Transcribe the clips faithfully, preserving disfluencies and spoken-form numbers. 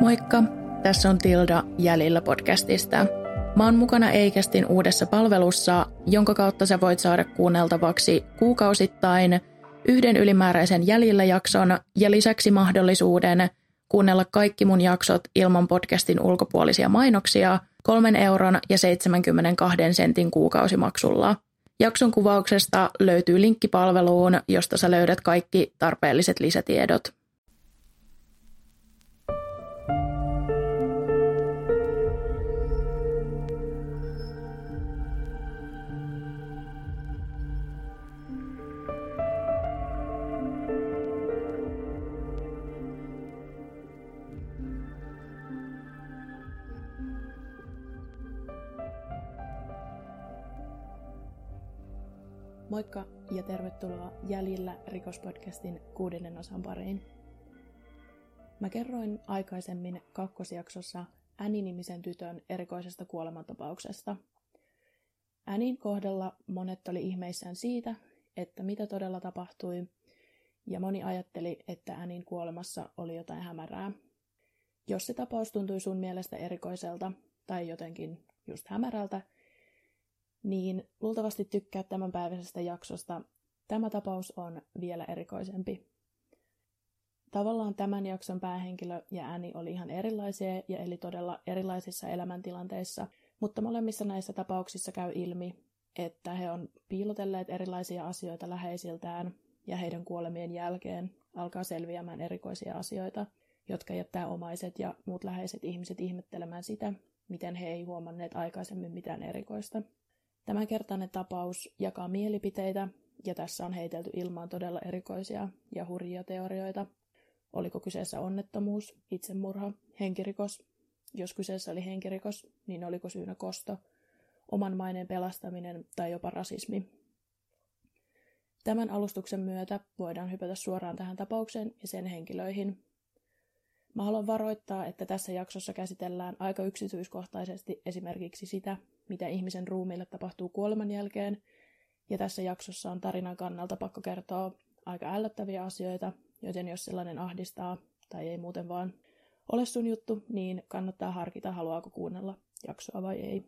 Moikka, tässä on Tilda Jäljillä podcastista. Mä oon mukana Eikästin uudessa palvelussa, jonka kautta sä voit saada kuunneltavaksi kuukausittain yhden ylimääräisen Jäljillä jakson ja lisäksi mahdollisuuden kuunnella kaikki mun jaksot ilman podcastin ulkopuolisia mainoksia kolmen euron ja seitsemänkymmentäkaksi sentin kuukausimaksulla. Jakson kuvauksesta löytyy linkki palveluun, josta sä löydät kaikki tarpeelliset lisätiedot. Moikka ja tervetuloa Jäljillä rikospodcastin kuudennen osan pariin. Mä kerroin aikaisemmin kakkosjaksossa Annie-nimisen tytön erikoisesta kuolemantapauksesta. Annin kohdalla monet oli ihmeissään siitä, että mitä todella tapahtui, ja moni ajatteli, että Annin kuolemassa oli jotain hämärää. Jos se tapaus tuntui sun mielestä erikoiselta tai jotenkin just hämärältä, niin luultavasti tykkää tämänpäiväisestä jaksosta. Tämä tapaus on vielä erikoisempi. Tavallaan tämän jakson päähenkilö ja Annie oli ihan erilaisia ja eli todella erilaisissa elämäntilanteissa, mutta molemmissa näissä tapauksissa käy ilmi, että he on piilotelleet erilaisia asioita läheisiltään ja heidän kuolemien jälkeen alkaa selviämään erikoisia asioita, jotka jättää omaiset ja muut läheiset ihmiset ihmettelemään sitä, miten he ei huomanneet aikaisemmin mitään erikoista. Tämänkertainen tapaus jakaa mielipiteitä, ja tässä on heitelty ilmaan todella erikoisia ja hurjia teorioita. Oliko kyseessä onnettomuus, itsemurha, henkirikos? Jos kyseessä oli henkirikos, niin oliko syynä kosto, oman maineen pelastaminen tai jopa rasismi? Tämän alustuksen myötä voidaan hypätä suoraan tähän tapaukseen ja sen henkilöihin. Mä haluan varoittaa, että tässä jaksossa käsitellään aika yksityiskohtaisesti esimerkiksi sitä, mitä ihmisen ruumiille tapahtuu kuoleman jälkeen, ja tässä jaksossa on tarinan kannalta pakko kertoa aika ällöttäviä asioita, joten jos sellainen ahdistaa tai ei muuten vaan ole sun juttu, niin kannattaa harkita, haluaako kuunnella jaksoa vai ei.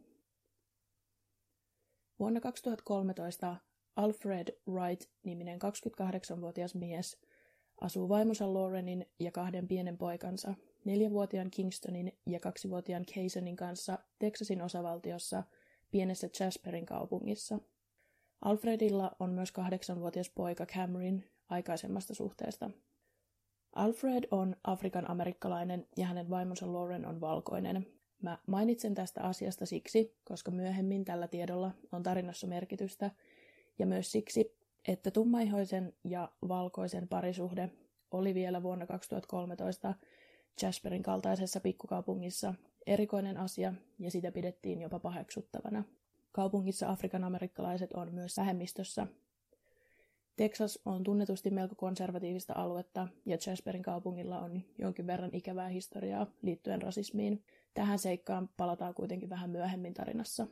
Vuonna kaksituhattakolmetoista Alfred Wright-niminen kaksikymmentäkahdeksanvuotias mies asuu vaimonsa Laurenin ja kahden pienen poikansa, neljävuotiaan Kingstonin ja kaksivuotiaan Kaysonin kanssa Texasin osavaltiossa pienessä Jasperin kaupungissa. Alfredilla on myös kahdeksanvuotias poika Cameron aikaisemmasta suhteesta. Alfred on afrikan-amerikkalainen ja hänen vaimonsa Lauren on valkoinen. Mä mainitsen tästä asiasta siksi, koska myöhemmin tällä tiedolla on tarinassa merkitystä, ja myös siksi, että tummaihoisen ja valkoisen parisuhde oli vielä vuonna kaksituhattakolmetoista Jasperin kaltaisessa pikkukaupungissa erikoinen asia ja sitä pidettiin jopa paheksuttavana. Kaupungissa afrikan-amerikkalaiset on myös vähemmistössä. Texas on tunnetusti melko konservatiivista aluetta ja Jasperin kaupungilla on jonkin verran ikävää historiaa liittyen rasismiin. Tähän seikkaan palataan kuitenkin vähän myöhemmin tarinassa.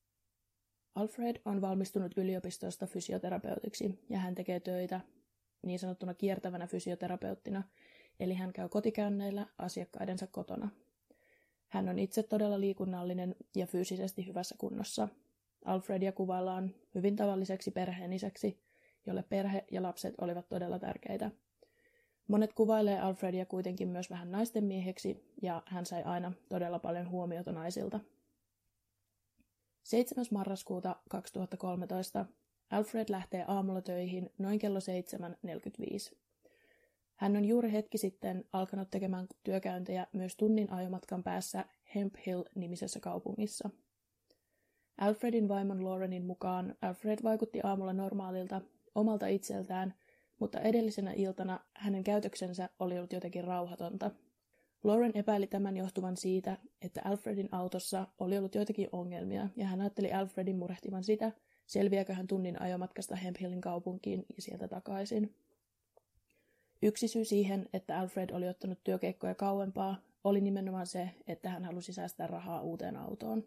Alfred on valmistunut yliopistosta fysioterapeutiksi ja hän tekee töitä niin sanottuna kiertävänä fysioterapeuttina, eli hän käy kotikäynneillä asiakkaidensa kotona. Hän on itse todella liikunnallinen ja fyysisesti hyvässä kunnossa. Alfredia kuvaillaan hyvin tavalliseksi perheeniseksi, jolle perhe ja lapset olivat todella tärkeitä. Monet kuvailee Alfredia kuitenkin myös vähän naisten mieheksi ja hän sai aina todella paljon huomiota naisilta. seitsemäs marraskuuta kaksituhattakolmetoista Alfred lähtee aamulla töihin noin kello seitsemän neljäkymmentäviisi. Hän on juuri hetki sitten alkanut tekemään työkäyntejä myös tunnin ajomatkan päässä Hemp Hill-nimisessä kaupungissa. Alfredin vaimon Laurenin mukaan Alfred vaikutti aamulla normaalilta, omalta itseltään, mutta edellisenä iltana hänen käytöksensä oli ollut jotenkin rauhatonta. Lauren epäili tämän johtuvan siitä, että Alfredin autossa oli ollut joitakin ongelmia, ja hän ajatteli Alfredin murehtivan sitä, selviääkö hän tunnin ajomatkasta Hemp Hillin kaupunkiin ja sieltä takaisin. Yksi syy siihen, että Alfred oli ottanut työkeikkoja kauempaa, oli nimenomaan se, että hän halusi säästää rahaa uuteen autoon.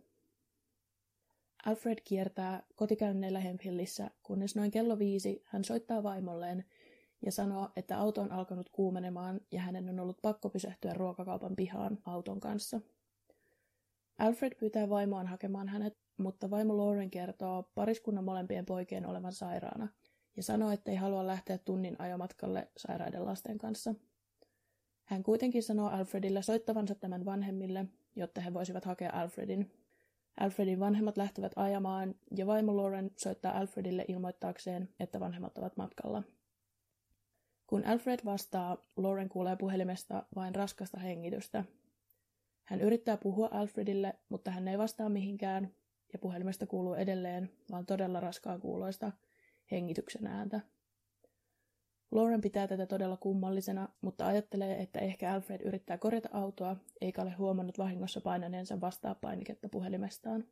Alfred kiertää kotikäynneillä Hemp Hillissä, kunnes noin kello viisi hän soittaa vaimolleen ja sanoo, että auto on alkanut kuumenemaan ja hänen on ollut pakko pysähtyä ruokakaupan pihaan auton kanssa. Alfred pyytää vaimoaan hakemaan hänet, mutta vaimo Lauren kertoo pariskunnan molempien poikien olevan sairaana ja sanoo, että ei halua lähteä tunnin ajomatkalle sairaiden lasten kanssa. Hän kuitenkin sanoo Alfredille soittavansa tämän vanhemmille, jotta he voisivat hakea Alfredin. Alfredin vanhemmat lähtevät ajamaan ja vaimo Lauren soittaa Alfredille ilmoittaakseen, että vanhemmat ovat matkalla. Kun Alfred vastaa, Lauren kuulee puhelimesta vain raskasta hengitystä. Hän yrittää puhua Alfredille, mutta hän ei vastaa mihinkään ja puhelimesta kuuluu edelleen vaan todella raskaan kuuloista hengityksen ääntä. Lauren pitää tätä todella kummallisena, mutta ajattelee, että ehkä Alfred yrittää korjata autoa, eikä ole huomannut vahingossa painaneensa vastaa-painiketta puhelimestaan.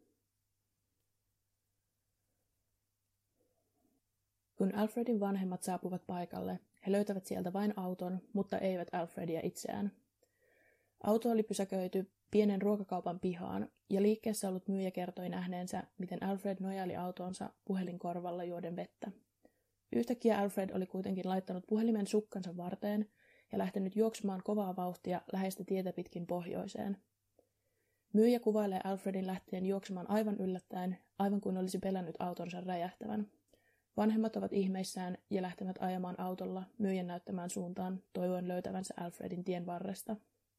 Kun Alfredin vanhemmat saapuvat paikalle, he löytävät sieltä vain auton, mutta eivät Alfredia itseään. Auto oli pysäköity pienen ruokakaupan pihaan, ja liikkeessä ollut myyjä kertoi nähneensä, miten Alfred nojaili autoonsa puhelinkorvalla juoden vettä. Yhtäkkiä Alfred oli kuitenkin laittanut puhelimen sukkansa varteen ja lähtenyt juoksemaan kovaa vauhtia läheistä tietä pitkin pohjoiseen. Myyjä kuvailee Alfredin lähteen juoksemaan aivan yllättäen, aivan kuin olisi pelännyt autonsa räjähtävän. Vanhemmat ovat ihmeissään ja lähtevät ajamaan autolla myyjän näyttämään suuntaan, toivoen löytävänsä Alfredin tien varresta.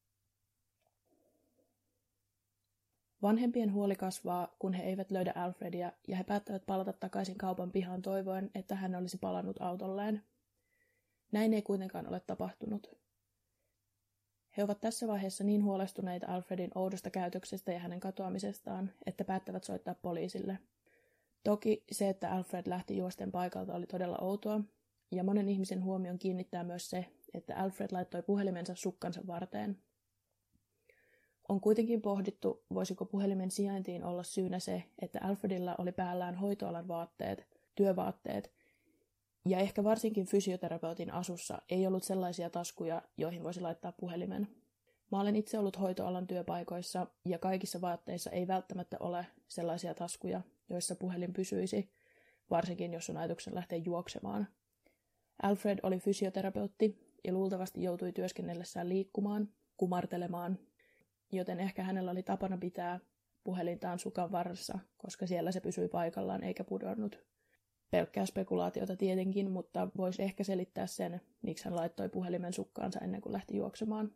Vanhempien huoli kasvaa, kun he eivät löydä Alfredia, ja he päättävät palata takaisin kaupan pihaan toivoen, että hän olisi palannut autolleen. Näin ei kuitenkaan ole tapahtunut. He ovat tässä vaiheessa niin huolestuneita Alfredin oudosta käytöksestä ja hänen katoamisestaan, että päättävät soittaa poliisille. Toki se, että Alfred lähti juosten paikalta, oli todella outoa, ja monen ihmisen huomion kiinnittää myös se, että Alfred laittoi puhelimensa sukkansa varteen. On kuitenkin pohdittu, voisiko puhelimen sijaintiin olla syynä se, että Alfredilla oli päällään hoitoalan vaatteet, työvaatteet, ja ehkä varsinkin fysioterapeutin asussa ei ollut sellaisia taskuja, joihin voisi laittaa puhelimen. Mä olen itse ollut hoitoalan työpaikoissa, ja kaikissa vaatteissa ei välttämättä ole sellaisia taskuja, joissa puhelin pysyisi, varsinkin jos on ajatuksen lähteä juoksemaan. Alfred oli fysioterapeutti ja luultavasti joutui työskennellessään liikkumaan, kumartelemaan, joten ehkä hänellä oli tapana pitää puhelintaan sukan varressa, koska siellä se pysyi paikallaan eikä pudonnut. Pelkkää spekulaatiota tietenkin, mutta voisi ehkä selittää sen, miksi hän laittoi puhelimen sukkaansa ennen kuin lähti juoksemaan.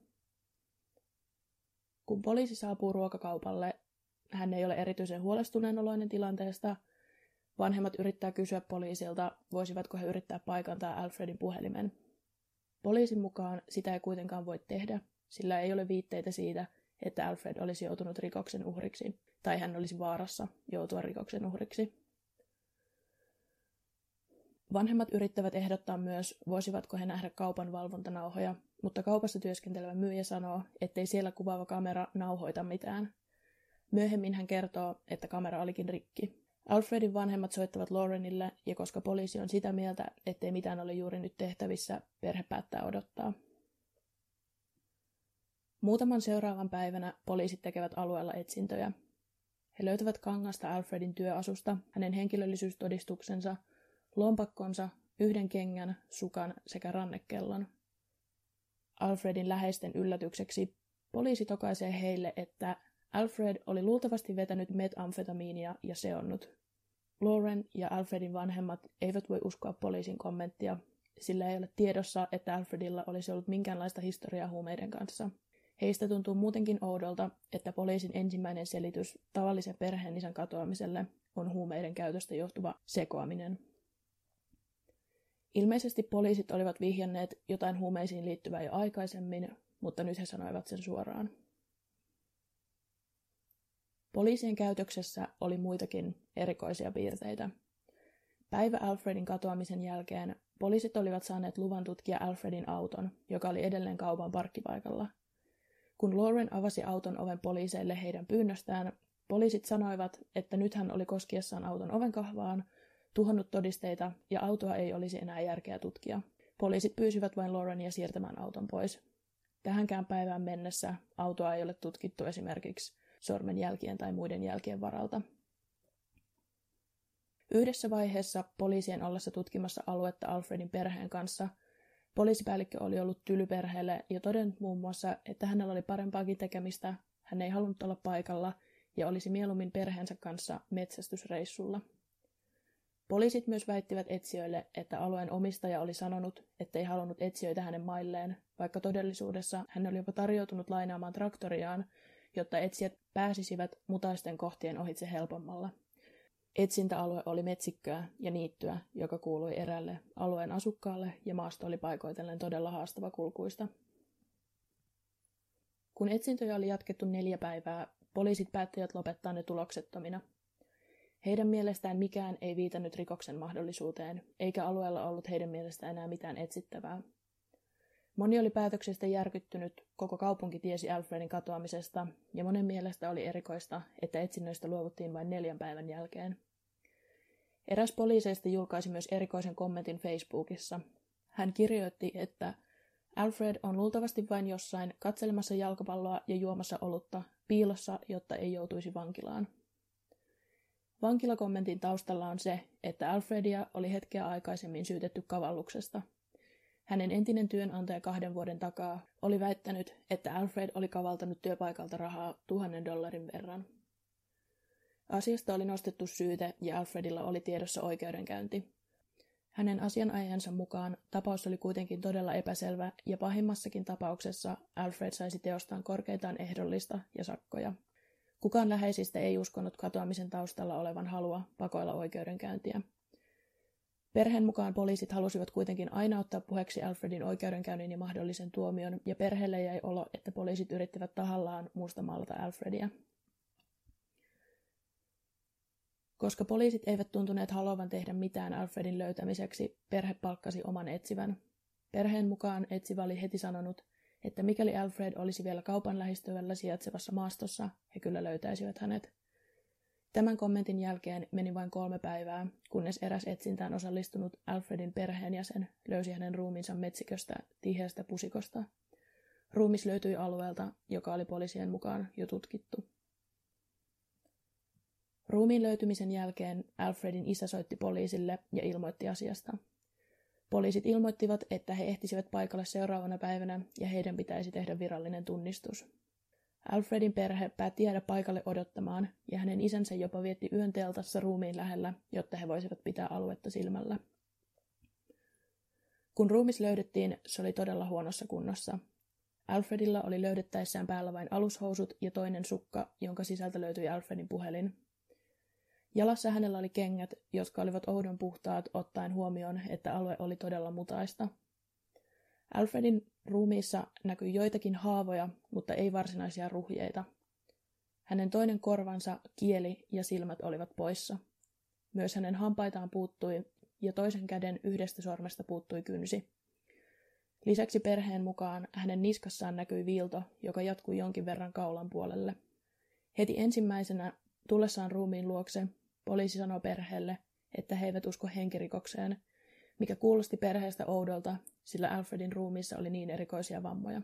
Kun poliisi saapuu ruokakaupalle, hän ei ole erityisen huolestuneen oloinen tilanteesta. Vanhemmat yrittää kysyä poliisilta, voisivatko he yrittää paikantaa Alfredin puhelimen. Poliisin mukaan sitä ei kuitenkaan voi tehdä, sillä ei ole viitteitä siitä, että Alfred olisi joutunut rikoksen uhriksi, tai hän olisi vaarassa joutua rikoksen uhriksi. Vanhemmat yrittävät ehdottaa myös, voisivatko he nähdä kaupan valvontanauhoja, mutta kaupassa työskentelevä myyjä sanoo, ettei siellä kuvaava kamera nauhoita mitään. Myöhemmin hän kertoo, että kamera olikin rikki. Alfredin vanhemmat soittavat Laurenille, ja koska poliisi on sitä mieltä, ettei mitään ole juuri nyt tehtävissä, perhe päättää odottaa. Muutaman seuraavan päivänä poliisit tekevät alueella etsintöjä. He löytävät kangasta Alfredin työasusta, hänen henkilöllisyystodistuksensa, lompakkonsa, yhden kengän, sukan sekä rannekellon. Alfredin läheisten yllätykseksi poliisi tokaisee heille, että Alfred oli luultavasti vetänyt metamfetamiinia ja seonnut. Lauren ja Alfredin vanhemmat eivät voi uskoa poliisin kommenttia, sillä ei ole tiedossa, että Alfredilla olisi ollut minkäänlaista historiaa huumeiden kanssa. Heistä tuntuu muutenkin oudolta, että poliisin ensimmäinen selitys tavallisen perheenisän katoamiselle on huumeiden käytöstä johtuva sekoaminen. Ilmeisesti poliisit olivat vihjanneet jotain huumeisiin liittyvää jo aikaisemmin, mutta nyt he sanoivat sen suoraan. Poliisien käytöksessä oli muitakin erikoisia piirteitä. Päivä Alfredin katoamisen jälkeen poliisit olivat saaneet luvan tutkia Alfredin auton, joka oli edelleen kaupan parkkipaikalla. Kun Lauren avasi auton oven poliiseille heidän pyynnöstään, poliisit sanoivat, että nyt hän oli koskiessaan auton ovenkahvaan, tuhonnut todisteita ja autoa ei olisi enää järkeä tutkia. Poliisit pyysivät vain Laurenia siirtämään auton pois. Tähänkään päivään mennessä autoa ei ole tutkittu esimerkiksi sormenjälkien tai muiden jälkien varalta. Yhdessä vaiheessa poliisien ollessa tutkimassa aluetta Alfredin perheen kanssa, Poliisipäällikkö oli ollut tyly perheelle ja todennut muun muassa, että hänellä oli parempaakin tekemistä, hän ei halunnut olla paikalla ja olisi mieluummin perheensä kanssa metsästysreissulla. Poliisit myös väittivät etsijöille, että alueen omistaja oli sanonut, ettei halunnut etsijöitä hänen mailleen, vaikka todellisuudessa hän oli jopa tarjoutunut lainaamaan traktoriaan, jotta etsijät pääsisivät mutaisten kohtien ohitse helpommalla. Etsintäalue oli metsikköä ja niittyä, joka kuului eräälle alueen asukkaalle ja maasto oli paikoitellen todella haastava kulkuista. Kun etsintöjä oli jatkettu neljä päivää, poliisit päättivät lopettaa ne tuloksettomina. Heidän mielestään mikään ei viitannut rikoksen mahdollisuuteen, eikä alueella ollut heidän mielestään enää mitään etsittävää. Moni oli päätöksestä järkyttynyt, koko kaupunki tiesi Alfredin katoamisesta, ja monen mielestä oli erikoista, että etsinnöistä luovuttiin vain neljän päivän jälkeen. Eräs poliiseista julkaisi myös erikoisen kommentin Facebookissa. Hän kirjoitti, että Alfred on luultavasti vain jossain katselemassa jalkapalloa ja juomassa olutta piilossa, jotta ei joutuisi vankilaan. Vankilakommentin taustalla on se, että Alfredia oli hetkeä aikaisemmin syytetty kavalluksesta. Hänen entinen työnantaja kahden vuoden takaa oli väittänyt, että Alfred oli kavaltanut työpaikalta rahaa tuhannen dollarin verran. Asiasta oli nostettu syyte ja Alfredilla oli tiedossa oikeudenkäynti. Hänen asianajajansa mukaan tapaus oli kuitenkin todella epäselvä ja pahimmassakin tapauksessa Alfred saisi teostaan korkeintaan ehdollista ja sakkoja. Kukaan läheisistä ei uskonut katoamisen taustalla olevan halua pakoilla oikeudenkäyntiä. Perheen mukaan poliisit halusivat kuitenkin aina ottaa puheeksi Alfredin oikeudenkäynnin ja mahdollisen tuomion, ja perheelle jäi olo, että poliisit yrittivät tahallaan mustamaalata Alfredia. Koska poliisit eivät tuntuneet haluavan tehdä mitään Alfredin löytämiseksi, perhe palkkasi oman etsivän. Perheen mukaan etsivä oli heti sanonut, että mikäli Alfred olisi vielä kaupan lähistöllä sijaitsevassa maastossa, he kyllä löytäisivät hänet. Tämän kommentin jälkeen meni vain kolme päivää, kunnes eräs etsintään osallistunut Alfredin perheenjäsen löysi hänen ruumiinsa metsiköstä tiheästä pusikosta. Ruumis löytyi alueelta, joka oli poliisien mukaan jo tutkittu. Ruumiin löytymisen jälkeen Alfredin isä soitti poliisille ja ilmoitti asiasta. Poliisit ilmoittivat, että he ehtisivät paikalle seuraavana päivänä ja heidän pitäisi tehdä virallinen tunnistus. Alfredin perhe päätti jäädä paikalle odottamaan ja hänen isänsä jopa vietti yön teltassa ruumiin lähellä, jotta he voisivat pitää aluetta silmällä. Kun ruumis löydettiin, se oli todella huonossa kunnossa. Alfredilla oli löydettäessään päällä vain alushousut ja toinen sukka, jonka sisältä löytyi Alfredin puhelin. Jalassa hänellä oli kengät, jotka olivat oudon puhtaat ottaen huomioon, että alue oli todella mutaista. Alfredin ruumiissa näkyi joitakin haavoja, mutta ei varsinaisia ruhjeita. Hänen toinen korvansa, kieli ja silmät olivat poissa. Myös hänen hampaitaan puuttui ja toisen käden yhdestä sormesta puuttui kynsi. Lisäksi perheen mukaan hänen niskassaan näkyi viilto, joka jatkui jonkin verran kaulan puolelle. Heti ensimmäisenä tullessaan ruumiin luokse poliisi sanoi perheelle, että he eivät usko henkirikokseen, mikä kuulosti perheestä oudolta, sillä Alfredin ruumiissa oli niin erikoisia vammoja.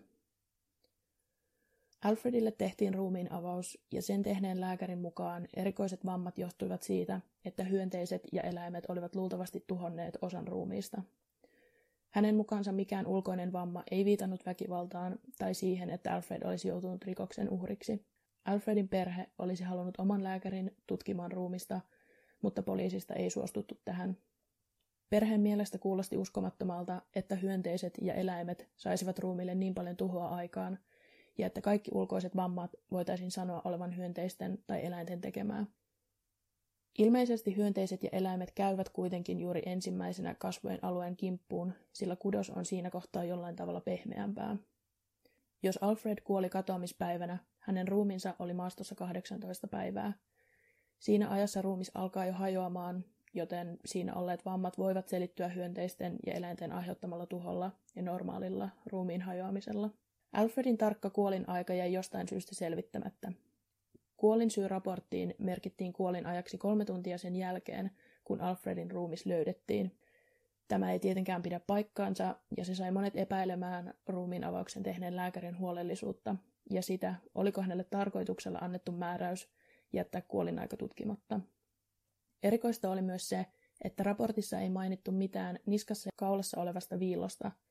Alfredille tehtiin ruumiin avaus, ja sen tehneen lääkärin mukaan erikoiset vammat johtuivat siitä, että hyönteiset ja eläimet olivat luultavasti tuhonneet osan ruumiista. Hänen mukaansa mikään ulkoinen vamma ei viitannut väkivaltaan tai siihen, että Alfred olisi joutunut rikoksen uhriksi. Alfredin perhe olisi halunnut oman lääkärin tutkimaan ruumista, mutta poliisista ei suostuttu tähän. Perheen mielestä kuulosti uskomattomalta, että hyönteiset ja eläimet saisivat ruumiille niin paljon tuhoa aikaan, ja että kaikki ulkoiset vammat voitaisiin sanoa olevan hyönteisten tai eläinten tekemää. Ilmeisesti hyönteiset ja eläimet käyvät kuitenkin juuri ensimmäisenä kasvojen alueen kimppuun, sillä kudos on siinä kohtaa jollain tavalla pehmeämpää. Jos Alfred kuoli katoamispäivänä, hänen ruumiinsa oli maastossa kahdeksantoista päivää. Siinä ajassa ruumis alkaa jo hajoamaan, joten siinä olleet vammat voivat selittyä hyönteisten ja eläinten aiheuttamalla tuholla ja normaalilla ruumiin hajoamisella. Alfredin tarkka kuolinaika jäi jostain syystä selvittämättä. Kuolinsyy-raporttiin merkittiin kuolinajaksi kolme tuntia sen jälkeen, kun Alfredin ruumis löydettiin. Tämä ei tietenkään pidä paikkaansa, ja se sai monet epäilemään ruumiin avauksen tehneen lääkärin huolellisuutta, ja sitä, oliko hänelle tarkoituksella annettu määräys jättää kuolinaika tutkimatta. Erikoista oli myös se, että raportissa ei mainittu mitään niskassa ja kaulassa olevasta viillosta,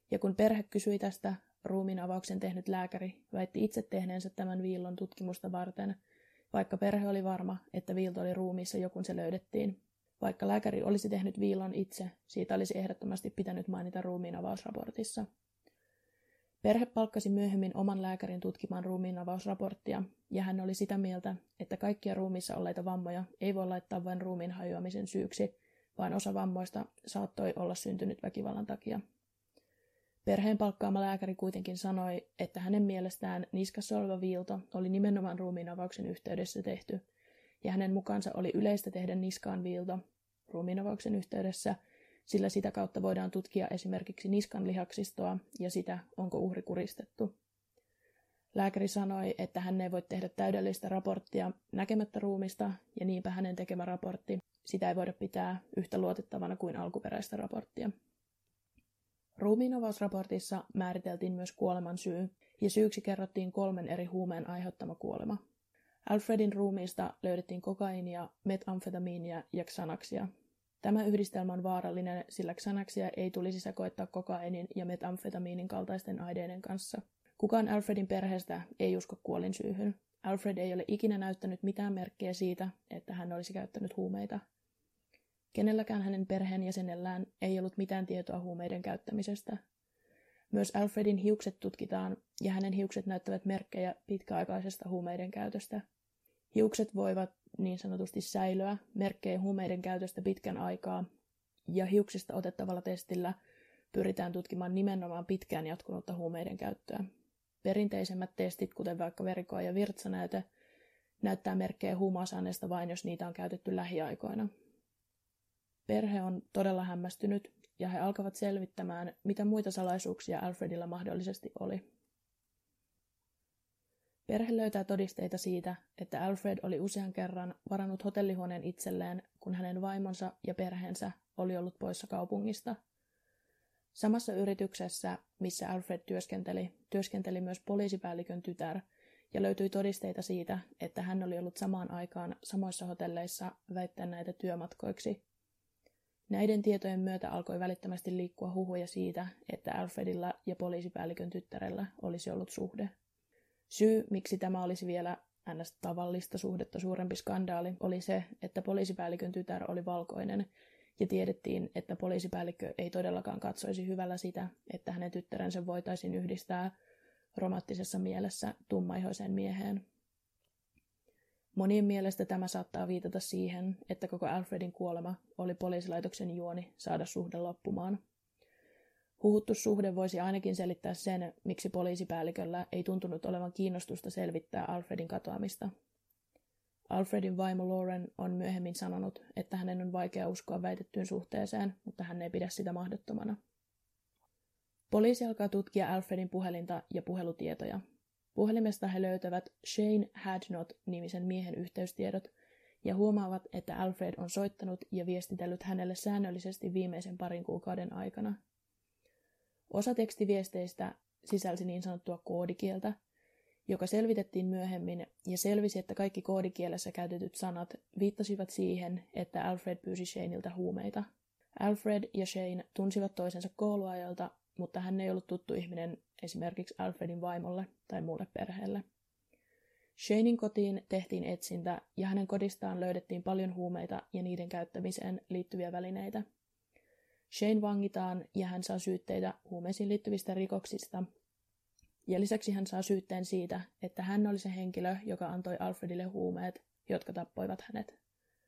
Ja kun perhe kysyi tästä, ruumiin avauksen tehnyt lääkäri väitti itse tehneensä tämän viillon tutkimusta varten, vaikka perhe oli varma, että viilto oli ruumiissa jo kun se löydettiin. Vaikka lääkäri olisi tehnyt viillon itse, siitä olisi ehdottomasti pitänyt mainita ruumiinavausraportissa. Perhe palkkasi myöhemmin oman lääkärin tutkimaan ruumiinavausraporttia, ja hän oli sitä mieltä, että kaikkia ruumiissa olleita vammoja ei voi laittaa vain ruumiin hajoamisen syyksi, vaan osa vammoista saattoi olla syntynyt väkivallan takia. Perheen palkkaama lääkäri kuitenkin sanoi, että hänen mielestään niskassa oleva viilto oli nimenomaan ruumiinavauksen yhteydessä tehty, ja hänen mukaansa oli yleistä tehdä niskaan viilto ruumiinavauksen yhteydessä, sillä sitä kautta voidaan tutkia esimerkiksi niskan lihaksistoa ja sitä, onko uhri kuristettu. Lääkäri sanoi, että hän ei voi tehdä täydellistä raporttia näkemättä ruumista, ja niinpä hänen tekemä raportti, sitä ei voida pitää yhtä luotettavana kuin alkuperäistä raporttia. Ruumiinavausraportissa määriteltiin myös kuoleman syy, ja syyksi kerrottiin kolmen eri huumeen aiheuttama kuolema. Alfredin ruumiista löydettiin kokaiinia, metamfetamiinia ja xanaksia. Tämä yhdistelmä on vaarallinen, sillä xanaksia ei tulisi sekoittaa kokainin ja metamfetamiinin kaltaisten aineiden kanssa. Kukaan Alfredin perheestä ei usko kuolinsyyhyn. Alfred ei ole ikinä näyttänyt mitään merkkejä siitä, että hän olisi käyttänyt huumeita. Kenelläkään hänen perheenjäsenellään ei ollut mitään tietoa huumeiden käyttämisestä. Myös Alfredin hiukset tutkitaan, ja hänen hiukset näyttävät merkkejä pitkäaikaisesta huumeiden käytöstä. Hiukset voivat niin sanotusti säilyä merkkejä huumeiden käytöstä pitkän aikaa, ja hiuksista otettavalla testillä pyritään tutkimaan nimenomaan pitkään jatkunutta huumeiden käyttöä. Perinteisemmät testit, kuten vaikka verikoe- ja virtsanäyte, näyttää merkkejä huumausaineesta vain, jos niitä on käytetty lähiaikoina. Perhe on todella hämmästynyt, ja he alkavat selvittämään, mitä muita salaisuuksia Alfredilla mahdollisesti oli. Perhe löytää todisteita siitä, että Alfred oli usean kerran varannut hotellihuoneen itselleen, kun hänen vaimonsa ja perheensä oli ollut poissa kaupungista. Samassa yrityksessä, missä Alfred työskenteli, työskenteli myös poliisipäällikön tytär, ja löytyi todisteita siitä, että hän oli ollut samaan aikaan samoissa hotelleissa väittäen näitä työmatkoiksi. Näiden tietojen myötä alkoi välittömästi liikkua huhuja siitä, että Alfredilla ja poliisipäällikön tyttärellä olisi ollut suhde. Syy, miksi tämä olisi vielä ns. Tavallista suhdetta suurempi skandaali, oli se, että poliisipäällikön tytär oli valkoinen, ja tiedettiin, että poliisipäällikkö ei todellakaan katsoisi hyvällä sitä, että hänen tyttärensä voitaisiin yhdistää romanttisessa mielessä tummaihoiseen mieheen. Monien mielestä tämä saattaa viitata siihen, että koko Alfredin kuolema oli poliisilaitoksen juoni saada suhde loppumaan. Huhuttu suhde voisi ainakin selittää sen, miksi poliisipäälliköllä ei tuntunut olevan kiinnostusta selvittää Alfredin katoamista. Alfredin vaimo Lauren on myöhemmin sanonut, että hänen on vaikea uskoa väitettyyn suhteeseen, mutta hän ei pidä sitä mahdottomana. Poliisi alkaa tutkia Alfredin puhelinta ja puhelutietoja. Puhelimesta he löytävät Shane Hadnot-nimisen miehen yhteystiedot ja huomaavat, että Alfred on soittanut ja viestitellyt hänelle säännöllisesti viimeisen parin kuukauden aikana. Osa tekstiviesteistä sisälsi niin sanottua koodikieltä, joka selvitettiin myöhemmin ja selvisi, että kaikki koodikielessä käytetyt sanat viittasivat siihen, että Alfred pyysi Shaneilta huumeita. Alfred ja Shane tunsivat toisensa kouluajalta, mutta hän ei ollut tuttu ihminen esimerkiksi Alfredin vaimolle tai muulle perheelle. Shanein kotiin tehtiin etsintä ja hänen kodistaan löydettiin paljon huumeita ja niiden käyttämiseen liittyviä välineitä. Shane vangitaan ja hän saa syytteitä huumeisiin liittyvistä rikoksista. Ja lisäksi hän saa syytteen siitä, että hän oli se henkilö, joka antoi Alfredille huumeet, jotka tappoivat hänet.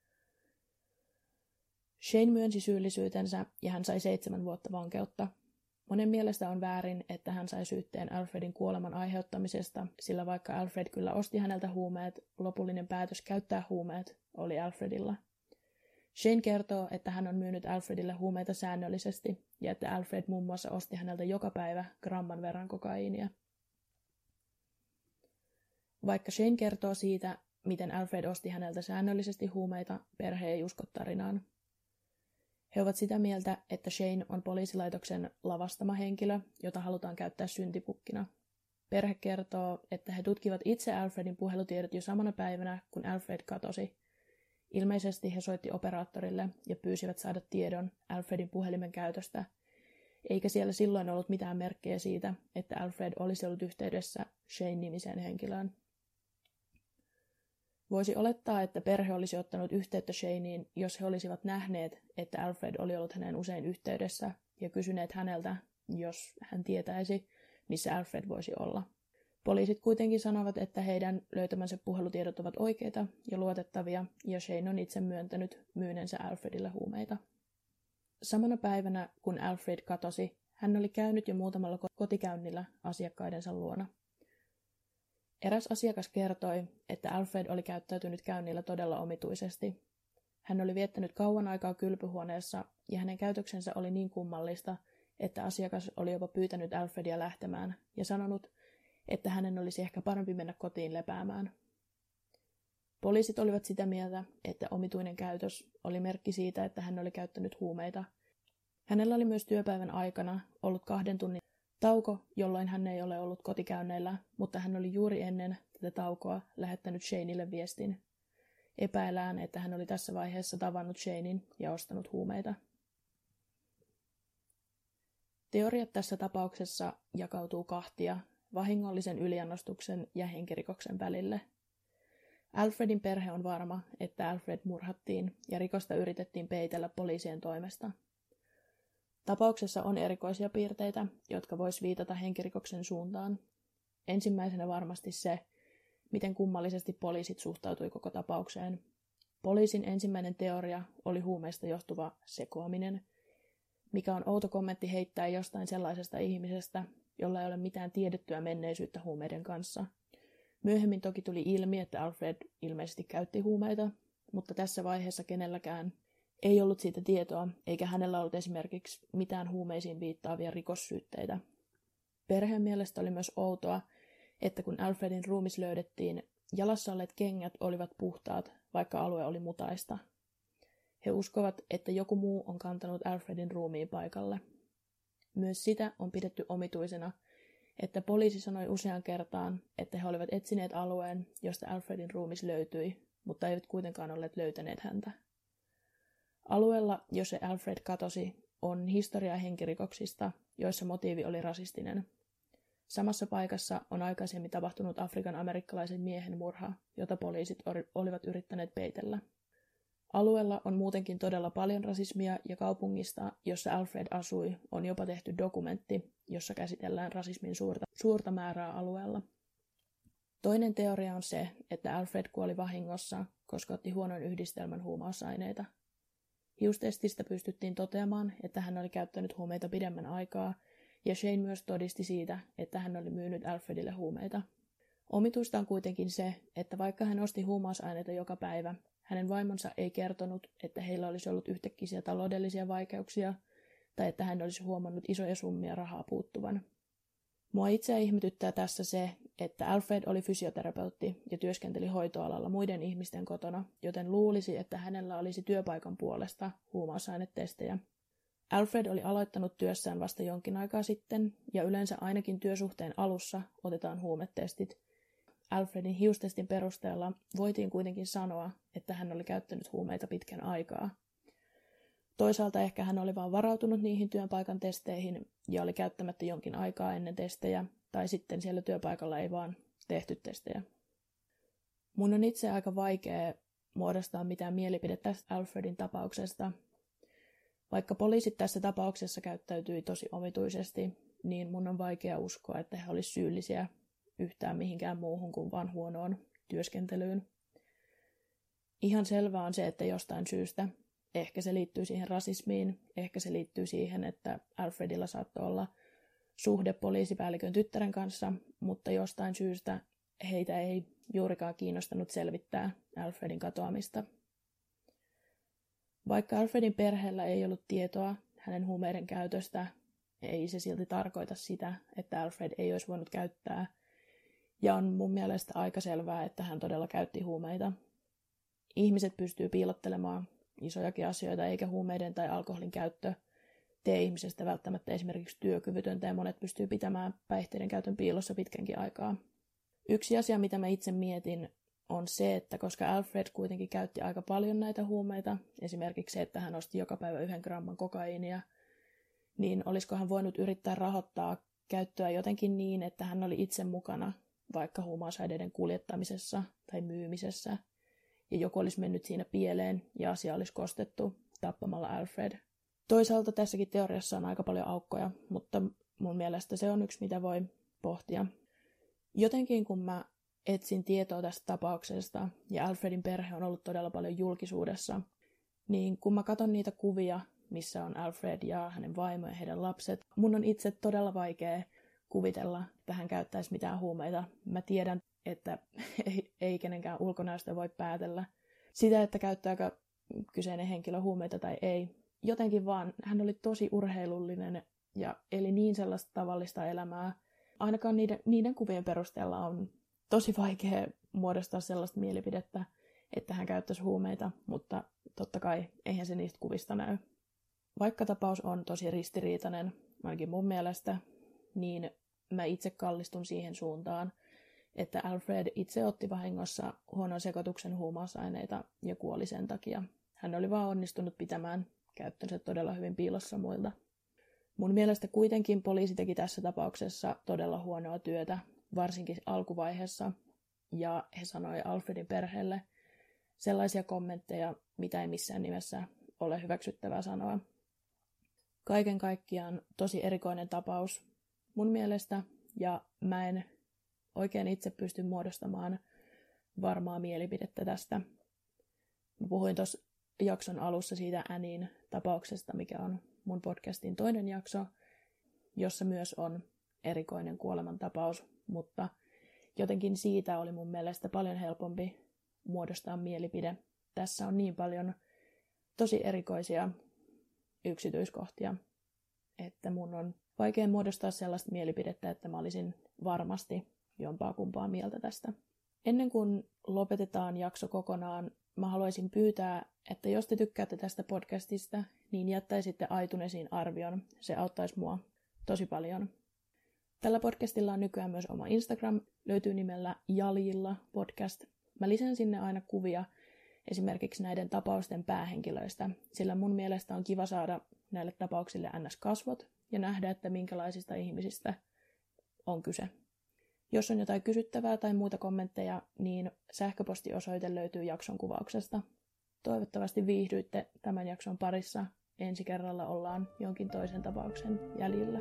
Shane myönsi syyllisyytensä ja hän sai seitsemän vuotta vankeutta. Monen mielestä on väärin, että hän sai syytteen Alfredin kuoleman aiheuttamisesta, sillä vaikka Alfred kyllä osti häneltä huumeet, lopullinen päätös käyttää huumeet oli Alfredilla. Shane kertoo, että hän on myynyt Alfredille huumeita säännöllisesti ja että Alfred muun muassa osti häneltä joka päivä gramman verran kokaiinia. Vaikka Shane kertoo siitä, miten Alfred osti häneltä säännöllisesti huumeita, perhe ei usko tarinaan. He ovat sitä mieltä, että Shane on poliisilaitoksen lavastama henkilö, jota halutaan käyttää syntipukkina. Perhe kertoo, että he tutkivat itse Alfredin puhelutiedot jo samana päivänä, kun Alfred katosi. Ilmeisesti he soitti operaattorille ja pyysivät saada tiedon Alfredin puhelimen käytöstä, eikä siellä silloin ollut mitään merkkejä siitä, että Alfred olisi ollut yhteydessä Shane-nimiseen henkilöön. Voisi olettaa, että perhe olisi ottanut yhteyttä Shaneen, jos he olisivat nähneet, että Alfred oli ollut hänen usein yhteydessä ja kysyneet häneltä, jos hän tietäisi, missä Alfred voisi olla. Poliisit kuitenkin sanovat, että heidän löytämänsä puhelutiedot ovat oikeita ja luotettavia, ja Shane on itse myöntänyt myyneensä Alfredille huumeita. Samana päivänä, kun Alfred katosi, hän oli käynyt jo muutamalla kotikäynnillä asiakkaidensa luona. Eräs asiakas kertoi, että Alfred oli käyttäytynyt käynnillä todella omituisesti. Hän oli viettänyt kauan aikaa kylpyhuoneessa, ja hänen käytöksensä oli niin kummallista, että asiakas oli jopa pyytänyt Alfredia lähtemään ja sanonut, että hänen olisi ehkä parempi mennä kotiin lepäämään. Poliisit olivat sitä mieltä, että omituinen käytös oli merkki siitä, että hän oli käyttänyt huumeita. Hänellä oli myös työpäivän aikana ollut kahden tunnin tauko, jolloin hän ei ole ollut kotikäynneillä, mutta hän oli juuri ennen tätä taukoa lähettänyt Shaneille viestin. Epäillään, että hän oli tässä vaiheessa tavannut Shanen ja ostanut huumeita. Teoriat tässä tapauksessa jakautuu kahtia, vahingollisen yliannostuksen ja henkirikoksen välille. Alfredin perhe on varma, että Alfred murhattiin ja rikosta yritettiin peitellä poliisien toimesta. Tapauksessa on erikoisia piirteitä, jotka vois viitata henkirikoksen suuntaan. Ensimmäisenä varmasti se, miten kummallisesti poliisit suhtautui koko tapaukseen. Poliisin ensimmäinen teoria oli huumeista johtuva sekoaminen, mikä on outo kommentti heittää jostain sellaisesta ihmisestä, jolla ei ole mitään tiedettyä menneisyyttä huumeiden kanssa. Myöhemmin toki tuli ilmi, että Alfred ilmeisesti käytti huumeita, mutta tässä vaiheessa kenelläkään ei ollut siitä tietoa, eikä hänellä ollut esimerkiksi mitään huumeisiin viittaavia rikossyytteitä. Perheen mielestä oli myös outoa, että kun Alfredin ruumis löydettiin, jalassa olleet kengät olivat puhtaat, vaikka alue oli mutaista. He uskovat, että joku muu on kantanut Alfredin ruumiin paikalle. Myös sitä on pidetty omituisena, että poliisi sanoi usean kertaan, että he olivat etsineet alueen, josta Alfredin ruumis löytyi, mutta eivät kuitenkaan olleet löytäneet häntä. Alueella, jossa Alfred katosi, on historiaa henkirikoksista, joissa motiivi oli rasistinen. Samassa paikassa on aikaisemmin tapahtunut Afrikan amerikkalaisen miehen murha, jota poliisit olivat yrittäneet peitellä. Alueella on muutenkin todella paljon rasismia ja kaupungista, jossa Alfred asui, on jopa tehty dokumentti, jossa käsitellään rasismin suurta, suurta määrää alueella. Toinen teoria on se, että Alfred kuoli vahingossa, koska otti huonon yhdistelmän huumausaineita. Hiustestistä pystyttiin toteamaan, että hän oli käyttänyt huumeita pidemmän aikaa, ja Shane myös todisti siitä, että hän oli myynyt Alfredille huumeita. Omituista on kuitenkin se, että vaikka hän osti huumausaineita joka päivä, hänen vaimonsa ei kertonut, että heillä olisi ollut yhtäkkiä taloudellisia vaikeuksia tai että hän olisi huomannut isoja summia rahaa puuttuvan. Mua itseä ihmetyttää tässä se, että Alfred oli fysioterapeutti ja työskenteli hoitoalalla muiden ihmisten kotona, joten luulisi, että hänellä olisi työpaikan puolesta huumausainetestejä. Alfred oli aloittanut työssään vasta jonkin aikaa sitten, ja yleensä ainakin työsuhteen alussa otetaan huumetestit. Alfredin hiustestin perusteella voitiin kuitenkin sanoa, että hän oli käyttänyt huumeita pitkän aikaa. Toisaalta ehkä hän oli vain varautunut niihin työpaikan testeihin ja oli käyttämättä jonkin aikaa ennen testejä, tai sitten siellä työpaikalla ei vaan tehty testejä. Mun on itse aika vaikea muodostaa mitään mielipidettä tästä Alfredin tapauksesta. Vaikka poliisit tässä tapauksessa käyttäytyi tosi omituisesti, niin mun on vaikea uskoa, että he olisivat syyllisiä yhtään mihinkään muuhun kuin vain huonoon työskentelyyn. Ihan selvää on se, että jostain syystä, ehkä se liittyy siihen rasismiin, ehkä se liittyy siihen, että Alfredilla saattoi olla suhde poliisipäällikön tyttären kanssa, mutta jostain syystä heitä ei juurikaan kiinnostanut selvittää Alfredin katoamista. Vaikka Alfredin perheellä ei ollut tietoa hänen huumeiden käytöstä, ei se silti tarkoita sitä, että Alfred ei olisi voinut käyttää. Ja on mun mielestä aika selvää, että hän todella käytti huumeita. Ihmiset pystyy piilottelemaan isojakin asioita, eikä huumeiden tai alkoholin käyttö tee ihmisestä välttämättä esimerkiksi työkyvytöntä, ja monet pystyy pitämään päihteiden käytön piilossa pitkänkin aikaa. Yksi asia, mitä mä itse mietin, on se, että koska Alfred kuitenkin käytti aika paljon näitä huumeita, esimerkiksi se, että hän osti joka päivä yhden gramman kokaiinia, niin olisiko hän voinut yrittää rahoittaa käyttöä jotenkin niin, että hän oli itse mukana vaikka huumausaineiden kuljettamisessa tai myymisessä, ja joku olisi mennyt siinä pieleen ja asia olisi kostettu tappamalla Alfred. Toisaalta tässäkin teoriassa on aika paljon aukkoja, mutta mun mielestä se on yksi, mitä voi pohtia. Jotenkin kun mä etsin tietoa tästä tapauksesta, ja Alfredin perhe on ollut todella paljon julkisuudessa, niin kun mä katson niitä kuvia, missä on Alfred ja hänen vaimo ja heidän lapset, mun on itse todella vaikea kuvitella, että hän käyttäisi mitään huumeita. Mä tiedän, että ei, ei kenenkään ulkonäöstä voi päätellä sitä, että käyttääkö kyseinen henkilö huumeita tai ei. Jotenkin vaan hän oli tosi urheilullinen ja eli niin sellaista tavallista elämää. Ainakaan niiden, niiden kuvien perusteella on tosi vaikea muodostaa sellaista mielipidettä, että hän käyttäisi huumeita, mutta totta kai eihän se niistä kuvista näy. Vaikka tapaus on tosi ristiriitainen, ainakin mun mielestä, niin mä itse kallistun siihen suuntaan, että Alfred itse otti vahingossa huonon sekoituksen huumausaineita ja kuoli sen takia. Hän oli vaan onnistunut pitämään käyttönsä todella hyvin piilossa muilta. Mun mielestä kuitenkin poliisi teki tässä tapauksessa todella huonoa työtä, varsinkin alkuvaiheessa, ja he sanoi Alfredin perheelle sellaisia kommentteja, mitä ei missään nimessä ole hyväksyttävää sanoa. Kaiken kaikkiaan tosi erikoinen tapaus mun mielestä, ja mä en oikein itse pysty muodostamaan varmaa mielipidettä tästä. Mä puhuin tuossa jakson alussa siitä Annin tapauksesta, mikä on mun podcastin toinen jakso, jossa myös on erikoinen kuolemantapaus, mutta jotenkin siitä oli mun mielestä paljon helpompi muodostaa mielipide. Tässä on niin paljon tosi erikoisia yksityiskohtia, että mun on vaikea muodostaa sellaista mielipidettä, että mä olisin varmasti jompaa kumpaa mieltä tästä. Ennen kuin lopetetaan jakso kokonaan, mä haluaisin pyytää, että jos te tykkäätte tästä podcastista, niin jättäisitte iTunesiin arvion. Se auttaisi mua tosi paljon. Tällä podcastilla on nykyään myös oma Instagram, löytyy nimellä Jaljilla podcast. Mä lisään sinne aina kuvia esimerkiksi näiden tapausten päähenkilöistä, sillä mun mielestä on kiva saada näille tapauksille ns-kasvot ja nähdä, että minkälaisista ihmisistä on kyse. Jos on jotain kysyttävää tai muita kommentteja, niin sähköpostiosoite löytyy jakson kuvauksesta. Toivottavasti viihdyitte tämän jakson parissa. Ensi kerralla ollaan jonkin toisen tapauksen jäljillä.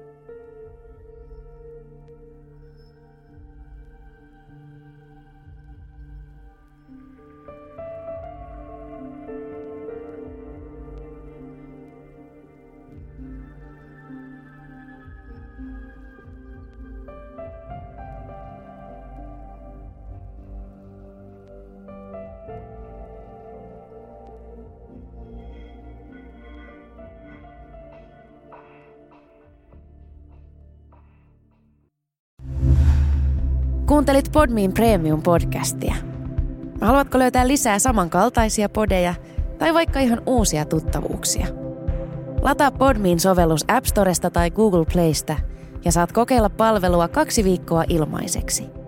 Kuuntelit Podmin Premium-podcastia. Haluatko löytää lisää samankaltaisia podeja tai vaikka ihan uusia tuttavuuksia? Lataa Podmin sovellus App Storesta tai Google Playsta ja saat kokeilla palvelua kaksi viikkoa ilmaiseksi.